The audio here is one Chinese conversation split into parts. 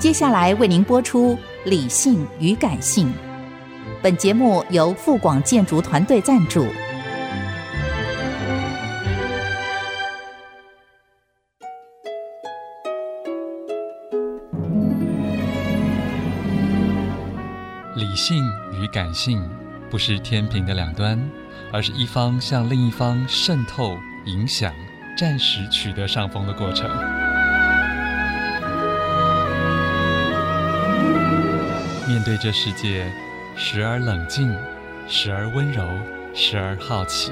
接下来为您播出理性与感性。本节目由富广建筑团队赞助。 理性与感性不是天平的两端，而是一方向另一方渗透、影响，暂时取得上风的过程。面对这世界，时而冷静，时而温柔，时而好奇。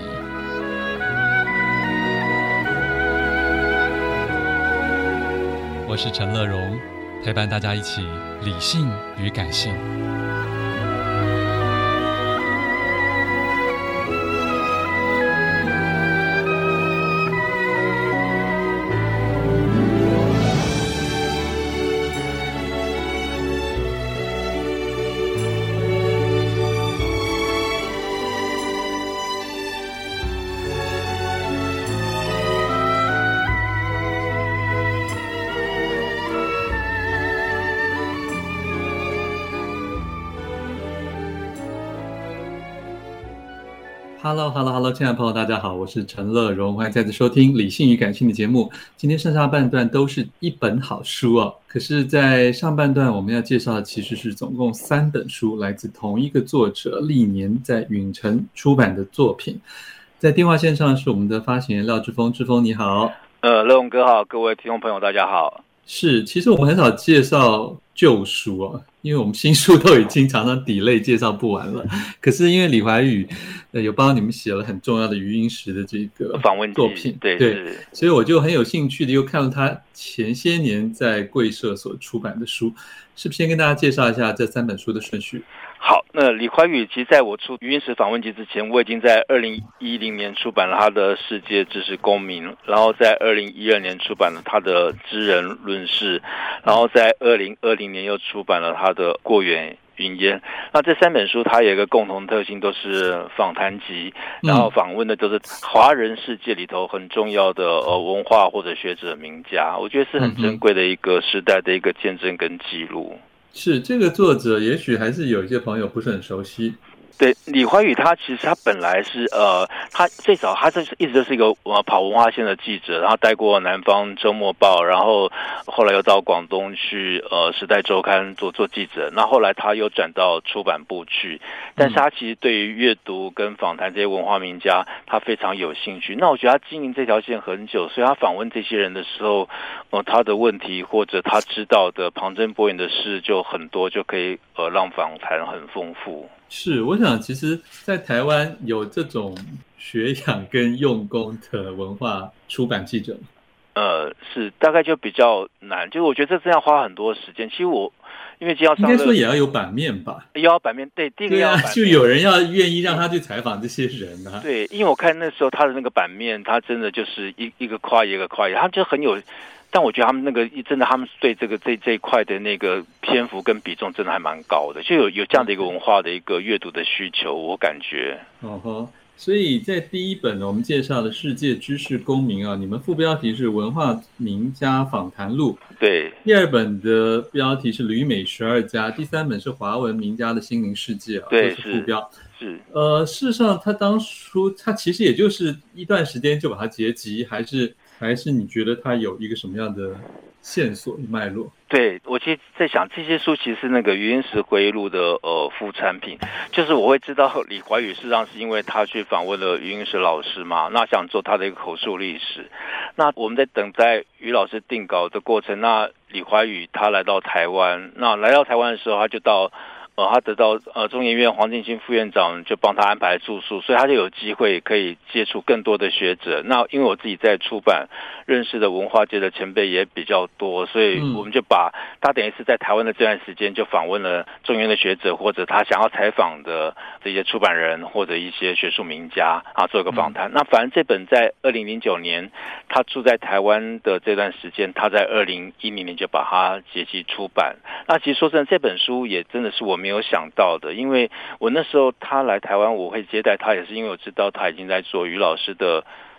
我是陈乐融，陪伴大家一起理性与感性。Hello， 亲爱的朋友，大家好，我是陈乐融，欢迎再次收听理性与感性的节目。今天上下半段都是一本好书哦，可是在上半段我们要介绍的其实是总共3本书，来自同一个作者历年在允晨出版的作品。在电话线上是我们的发行人廖志峰，志峰你好。 乐融哥好，各位听众朋友大家好。 是，其实我们很少介绍旧书哦，因为我们新书都已经常常 delay 介绍不完了。可是因为李怀宇有帮你们写了很重要的余英时的这个访问作品， 对， 所以我就很有兴趣的又看了他前些年在贵社所出版的书，是不是先跟大家介绍一下这3本书的顺序？ 好，那李怀宇其实在我出余英时访问集之前，我已经在2010年出版了他的《世界知识公民》，然后在2012年出版了他的《知人论事》，然后在2020年又出版了他的《过眼云烟》。那这3本书它有一个共同特性，都是访谈集，然后访问的都是华人世界里头很重要的文化或者学者名家，我觉得是很珍贵的一个时代的一个见证跟记录。 是，这个作者也许还是有一些朋友不是很熟悉。 对，李怀宇他其实他本来是他最早他一直都是一个跑文化线的记者，然后待过南方周末报，然后后来又到广东去时代周刊做记者，那后来他又转到出版部去，但是他其实对于阅读跟访谈这些文化名家他非常有兴趣。那我觉得他经营这条线很久，所以他访问这些人的时候他的问题或者他知道的旁征博引的事就很多，就可以让访谈很丰富。 是，我想其实在台湾有这种学养跟用功的文化出版记者是大概就比较难，就是我觉得这要花很多时间。其实因为今天要上应该说也要有版面吧， 要版面，对，第一个要版面， 就有人要愿意让他去采访这些人啊。 对，因为我看那时候他的那个版面，他真的就是一个跨一个跨一，他就很有。但我觉得他们那个真的，他们对这一块的那个篇幅跟比重真的还蛮高的，就有这样的一个文化的一个阅读的需求，我感觉。 所以在第一本我们介绍的《世界知识公民》啊，你们副标题是文化名家访谈录， 对。 第2本的标题是旅美12家，第3本是华文名家的心灵世界啊， 对， 这是副标。 是。 事实上他当初他其实也就是一段时间就把它结集，还是你觉得它有一个什么样的线索脉络？ 对，我其实在想，这些书其实是那个余英时回忆录的副产品，就是我会知道李怀宇事实上是因为他去访问了余英时老师嘛，那想做他的一个口述历史。那我们在等待余老师定稿的过程，那李怀宇他来到台湾，那来到台湾的时候，他就到他得到中研院黄进兴副院长就帮他安排住宿，所以他就有机会可以接触更多的学者。那因为我自己在出版认识的文化界的前辈也比较多，所以我们就把他等于是在台湾的这段时间就访问了中研院的学者或者他想要采访的这些出版人或者一些学术名家啊，做一个访谈。那反正这本在2009年他住在台湾的这段时间，他在2010年就把它结集出版。那其实说真的，这本书也真的是我没有想到的，因为我那时候他来台湾，我会接待他，也是因为我知道他已经在做余老师的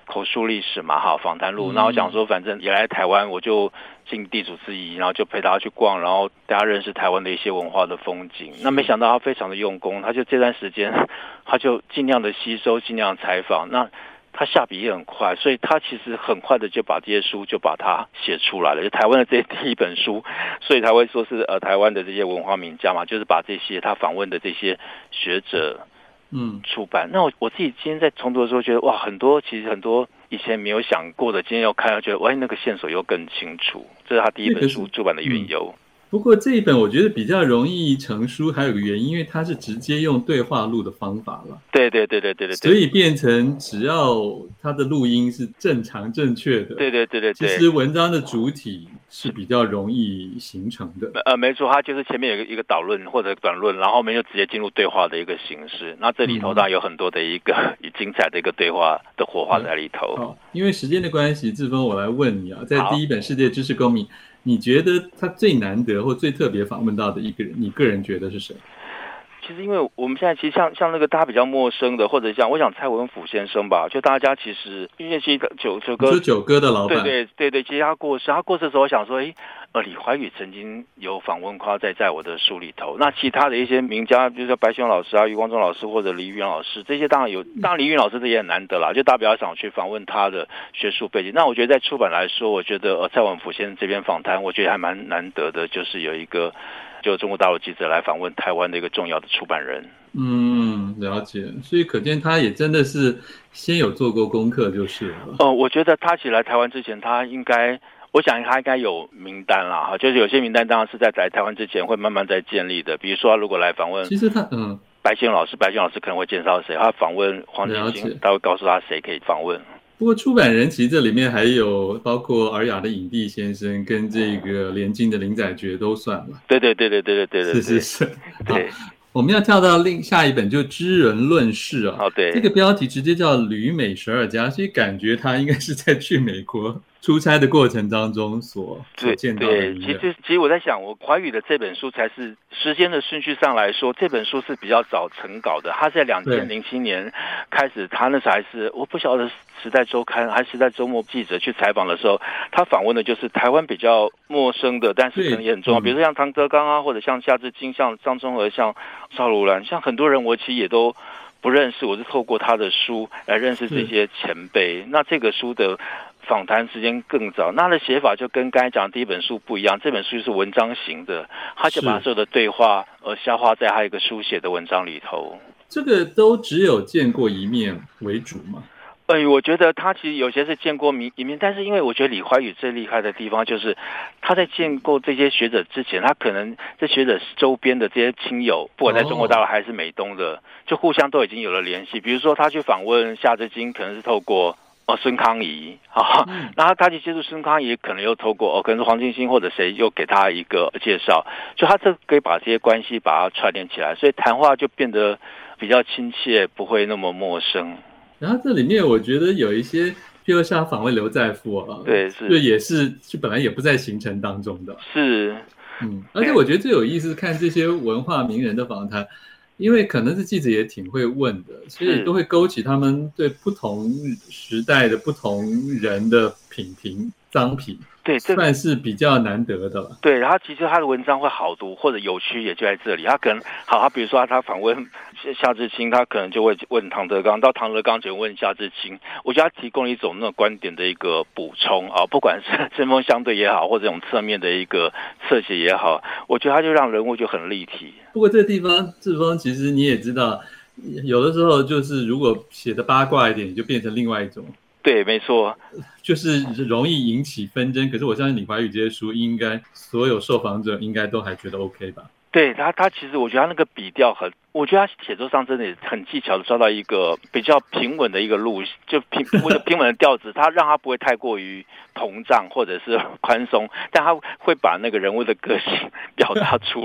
口述历史嘛，哈，访谈录。那我想说，反正也来台湾，我就尽地主之谊，然后就陪他去逛，然后大家认识台湾的一些文化的风景。那没想到他非常的用功，他就这段时间，他就尽量的吸收，尽量采访。那他下笔也很快，所以他其实很快的就把这些书就把它写出来了，就台湾的这第一本书，所以才会说是台湾的这些文化名家嘛，就是把这些他访问的这些学者出版。那我自己今天在重读的时候觉得哇，其实很多以前没有想过的，今天又看到觉得哇，那个线索又更清楚，这是他第一本书出版的缘由。 不过这一本我觉得比较容易成书，还有个原因，因为它是直接用对话录的方法了。 对， 所以变成只要它的录音是正常正确的， 对， 其实文章的主体是比较容易形成的。 没错，它就是前面有一个导论或者短论，然后后面就直接进入对话的一个形式。那这里头当然有很多的一个精彩的一个对话的火花在里头。 好，因为时间的关系，志峰我来问你啊，在第一本《世界知识公民》，你觉得他最难得或最特别访问到的一个人，你个人觉得是谁？ 其实因为我们现在其实像那个大家比较陌生的，或者像我想蔡文甫先生吧，就大家其实因为其实九歌的老板，对，其实他过世的时候，我想说，李怀宇曾经有访问过在我的书里头。那其他的一些名家，比如说白先勇老师啊、余光中老师或者黎玉元老师，这些当然有，当然黎玉元老师这也很难得啦，就大家比较想去访问他的学术背景。那我觉得在出版来说，我觉得蔡文甫先生这边访谈，我觉得还蛮难得的，就是有一个就中国大陆记者来访问台湾的一个重要的出版人。 了解。所以可见他也真的是先有做过功课就是了。 我觉得他其实来台湾之前，我想他应该有名单啦，就是有些名单当然是在来台湾之前会慢慢在建立的。比如说他如果来访问， 其实他白先勇老师可能会介绍谁，他访问黄景行，他会告诉他谁可以访问。 不过出版人其实这里面还有包括尔雅的影帝先生跟这个联经的林载爵都算了。 对， 是。 对， 我们要跳到下一本就知人论事啊。 对， 这个标题直接叫旅美12家，所以感觉他应该是在去美国出差的过程当中所见到的。 对，其实我在想，我怀宇的这本书才是时间的顺序上来说，这本书是比较早成稿的。他在2007年开始，他那时候还是我不晓得时代周刊还是时代周末记者去采访的时候，他访问的就是台湾比较陌生的，但是可能也很重要，比如说像唐德刚啊，或者像夏志清、像张忠和、像邵如兰，像很多人我其实也都不认识，我是透过他的书来认识这些前辈。那这个书的访谈时间更早，那他的写法就跟刚才讲的第一本书不一样，这本书是文章型的，他就把所有的对话消化在他一个书写的文章里头。 这个都只有见过一面为主吗？ 我觉得他其实有些是见过一面，但是因为我觉得李怀宇最厉害的地方就是他在见过这些学者之前，他可能这学者周边的这些亲友，不管在中国大陆还是美东的，就互相都已经有了联系。比如说他去访问夏志清，可能是透过孙康仪啊，那他去接触孙康仪，可能又透过可能是黄金星或者谁又给他一个介绍，就他这可以把这些关系把它串联起来，所以谈话就变得比较亲切，不会那么陌生。 然后这里面我觉得有一些，譬如像访问刘在富啊， 对， 就也是就本来也不在行程当中的， 是， 而且我觉得最有意思是看这些文化名人的访谈，因为可能是记者也挺会问的，所以都会勾起他们对不同时代的不同人的品评臧品。对，这算是比较难得的了。 对，然后其实他的文章会好读或者有趣，也就在这里。他可能他比如说他访问夏志清，他可能就会问唐德刚，到唐德刚就问夏志清。我觉得他提供了一种那种观点的一个补充啊，不管是针锋相对也好，或者这种侧面的一个侧写也好，我觉得他就让人物就很立体。 不过这个地方志峰其实你也知道，有的时候就是如果写的八卦一点，就变成另外一种。 对，没错， 就是容易引起纷争。可是我相信李怀宇这些书，应该所有受访者应该都还觉得 OK 吧？ 对，他其实我觉得他那个笔调我觉得他写作上真的很技巧的抓到一个比较平稳的一个路，就平稳的调子，他让他不会太过于膨胀或者是宽松，但他会把那个人物的个性表达出来。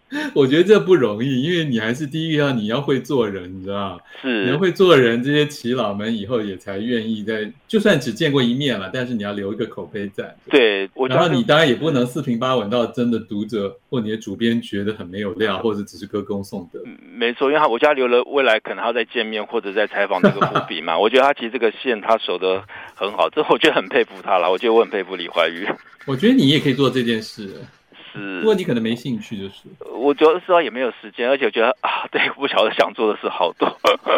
我觉得这不容易，因为你还是第一个你要会做人，你知道吗？你要是， 会做人，这些耆老们以后也才愿意就算只见过一面了，但是你要留一个口碑在。 对，我觉然后得你当然也不能四平八稳到真的读者或你的主编觉得很没有料，或者只是歌功颂德。 没错，因为我觉得他留了未来可能还要再见面或者再采访这个伏笔嘛。我觉得他其实这个线他守得很好，这我觉得很佩服他了。我觉得我很佩服李怀玉。 我觉得你也可以做这件事， 是， 不过你可能没兴趣就是。 我觉得说也没有时间，而且我觉得对，不晓得想做的事好多。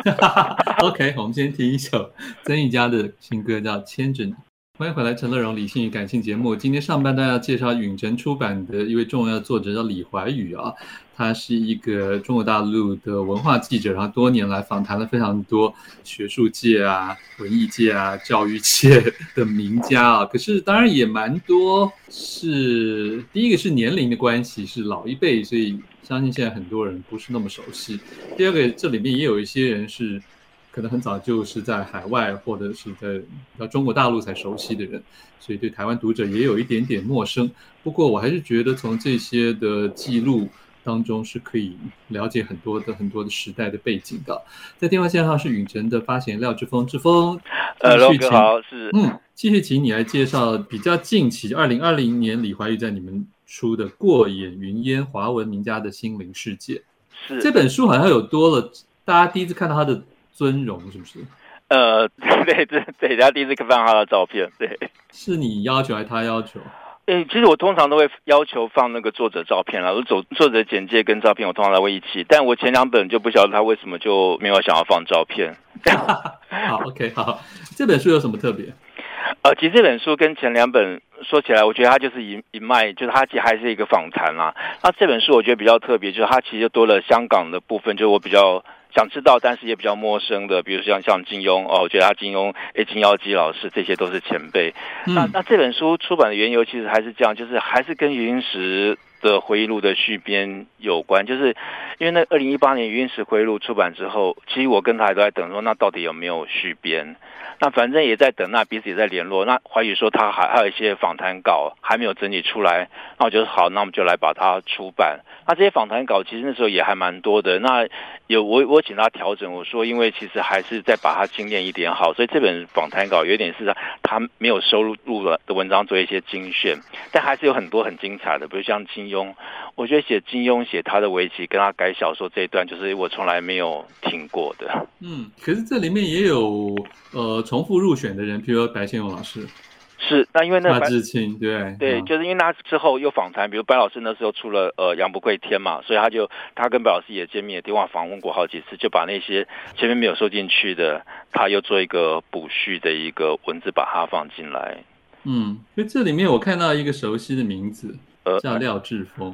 OK， 我们先听一首曾毅家的新歌，叫《牵着你》。欢迎回来，陈乐融理性与感性节目。今天上半段要介绍允晨出版的一位重要的作者，叫李怀宇啊。他是一个中国大陆的文化记者，然后多年来访谈了非常多学术界啊、文艺界啊、教育界的名家啊。可是当然也蛮多是第一个是年龄的关系，是老一辈，所以相信现在很多人不是那么熟悉。第二个，这里面也有一些人是可能很早就是在海外或者是在中国大陆才熟悉的人，所以对台湾读者也有一点点陌生。不过我还是觉得从这些的记录当中是可以了解很多的时代的背景的。在电话线上是允晨的发行人廖志峰，志峰， 龙哥好，是继续请你来介绍比较近期2020年李怀宇在你们出的《过眼云烟：华文名家的心灵世界》。 是这本书好像有多了，大家第一次看到他的尊容，是不是？ 对，他第一次看他的照片，对， 是你要求还是他要求？ 其实我通常都会要求放那个作者照片啦，作者简介跟照片我通常都会一起，但我前2本就不晓得他为什么就没有想要放照片。 好 ，OK， 好，这本书有什么特别？ 其实这本书跟前2本说起来，我觉得它就是一脉，就是它其实还是一个访谈啦。那这本书我觉得比较特别，就是它其实多了香港的部分，就是我比较想知道，但是也比较陌生的，比如像金庸我觉得他金庸金耀基老师这些都是前辈。那这本书出版的缘由其实还是这样，就是还是跟余英时的回忆录的续编有关，就是因为那2018年余英时回忆录出版之后，其实我跟他都在等说，那到底有没有续编？那反正也在等，那彼此也在联络。那怀宇说他还有一些访谈稿还没有整理出来，那我就说好，那我们就来把它出版。那这些访谈稿其实那时候也还蛮多的，那我请他调整，我说因为其实还是再把它精炼一点好，所以这本访谈稿有点是他没有收录的文章做一些精选，但还是有很多很精彩的，比如像金庸，我觉得金庸写他的围棋跟他改小说这一段，就是我从来没有听过的。 可是这里面也有重复入选的人，譬如说白先勇老师。 是，那因为那大致清，对， 就是因为他之后又访谈，比如白老师那时候出了杨不愧天嘛，所以他跟白老师也见面，电话访问过好几次，就把那些前面没有收进去的，他又做一个补序的一个文字把它放进来。 所以这里面我看到一个熟悉的名字，叫廖志峰。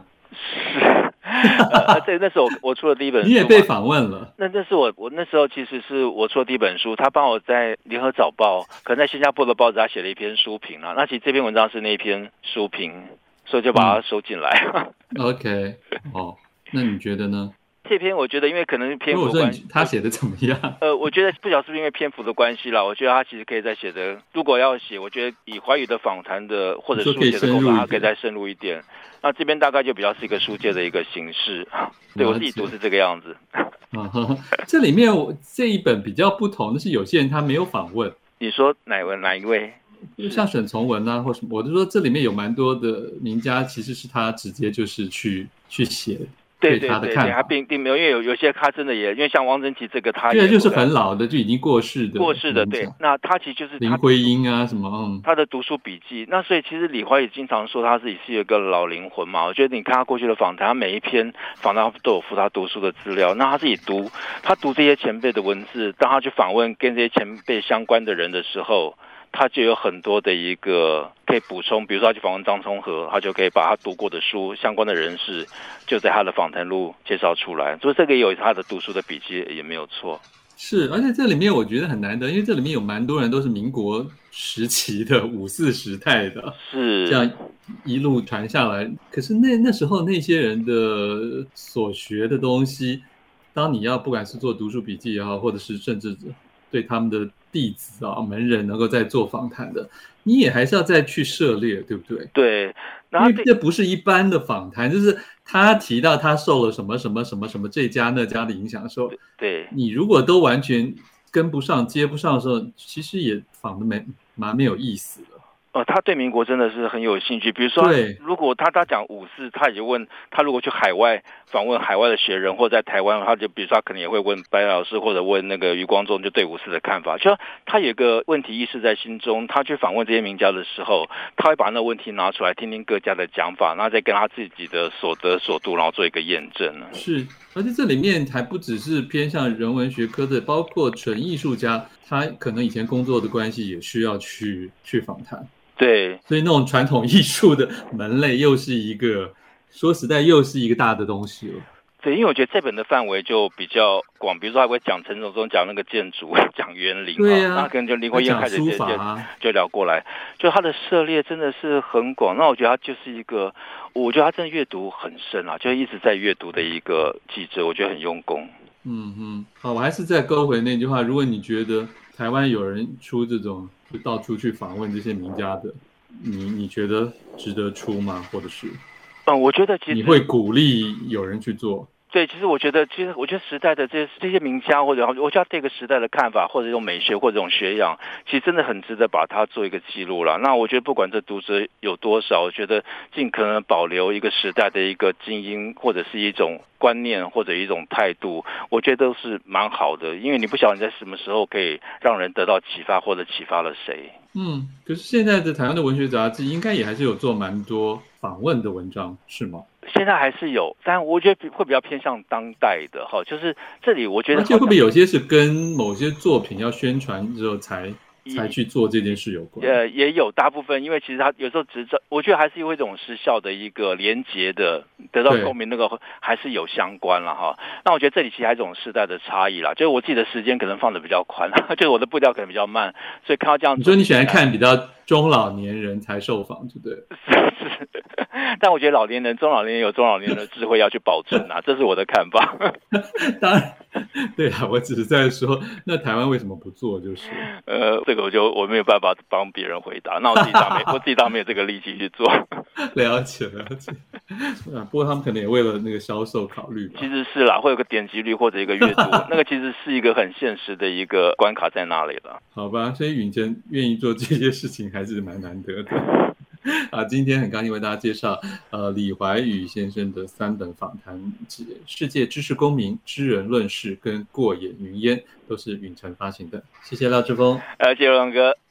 是，那时候我出了第一本书， 你也被访问了。 那是我那时候其实是我出了第一本书，他帮我在联合早报，可能在新加坡的报纸，他写了一篇书评啦。那其实这篇文章是那篇书评，所以就把它收进来。 OK， 那你觉得呢？ 这篇我觉得因为可能是篇幅的关系， 他写的怎么样？ 我觉得不晓得是不是因为篇幅的关系啦，我觉得他其实可以再写的，如果要写，我觉得以怀宇的访谈的或者书写的功法，他可以再深入一点。那这边大概就比较是一个书界的一个形式，对我自己读是这个样子。 这里面这一本比较不同的是，有些人他没有访问。 你说哪一位？ 像沈从文啊，或什么，我就说这里面有蛮多的名家，其实是他直接就是去写。 对， 他并没有，因为有些他真的也，因为像王贞吉这个，他也就是很老的，就已经过世的， 对。那他其实就是林徽因啊什么， 他的读书笔记。那所以其实李怀宇经常说他自己是一个老灵魂嘛。我觉得你看他过去的访谈，他每一篇访谈都有附他读书的资料。那他自己他读这些前辈的文字，当他去访问跟这些前辈相关的人的时候，他就有很多的一个可以补充，比如说他去访问张充和，他就可以把他读过的书相关的人士就在他的访谈录介绍出来，所以这个也有他的读书的笔记也没有错。 是，而且这里面我觉得很难得，因为这里面有蛮多人都是民国时期的5、4时代的， 是这样一路传下来。可是那时候那些人的所学的东西，当你要不管是做读书笔记也好，或者是甚至对他们的弟子啊、门人能够再做访谈的，你也还是要再去涉猎，对不对？ 对，然后因为这不是一般的访谈，就是他提到他受了什么什么什么什么这家那家的影响的时候， 对， 你如果都完全跟不上、接不上的时候，其实也访的蛮没有意思的。 他对民国真的是很有兴趣。比如说，如果他讲五四，他也问他如果去海外访问海外的学人，或者在台湾，他就比如说他可能也会问白老师，或者问那个余光中就对五四的看法。就他有个问题意识在心中，他去访问这些名家的时候，他会把那个问题拿出来，听听各家的讲法，然后再跟他自己的所得所读，然后做一个验证。 是，而且这里面还不只是偏向人文学科的，包括纯艺术家，他可能以前工作的关系也需要去访谈。 对， 所以那种传统艺术的门类又是一个，说实在又是一个大的东西了。 对，因为我觉得这本的范围就比较广，比如说还会讲陈守忠，讲那个建筑，讲园林， 对啊， 那可能就林徽因开始就聊过来，就他的涉猎真的是很广。那我觉得他就是一个，我觉得他真的阅读很深啊，就一直在阅读的一个记者，我觉得很用功。 好，我还是再勾回那句话，如果你觉得台湾有人出这种就到处去访问这些名家的，你觉得值得出吗？或者是我觉得其实你会鼓励有人去做？ 对，其实我觉得时代的这些名家，或者我觉得这个时代的看法，或者这种美学或者这种学养，其实真的很值得把它做一个记录了。那我觉得不管这读者有多少，我觉得尽可能保留一个时代的一个精英，或者是一种观念或者一种态度，我觉得都是蛮好的。因为你不晓得你在什么时候可以让人得到启发，或者启发了谁。 可是现在的台湾的文学杂志应该也还是有做蛮多访问的文章，是吗？ 现在还是有，但我觉得会比较偏向当代的哈，就是这里我觉得， 而且会不会有些是跟某些作品要宣传之后才去做这件事有关？ 也有大部分，因为其实他有时候我觉得还是有一种时效的一个连结的，得到共鸣那个还是有相关了哈。那我觉得这里其实还有一种世代的差异啦，就是我自己的时间可能放的比较宽，就是我的步调可能比较慢，所以看到这样， 你说你喜欢看比较中老年人才受访，对不对？ 是。但我觉得中老年人有中老年人的智慧要去保证啊，这是我的看法。 当然，对啊，我只是在说，那台湾为什么不做？就是这个我没有办法帮别人回答，那我自己当没有这个力气去做。 了解。不过他们可能也为了那个销售考虑吧。 其实是啦，会有个点击率或者一个阅读，那个其实是一个很现实的一个关卡在那里了。 好吧，所以允珍愿意做这些事情还是蛮难得的。今天很高兴为大家介绍李怀宇先生的3本访谈集《世界知识公民》《知人论事》跟《过眼云烟》，都是允晨发行的。谢谢廖志峰， 谢谢龙哥。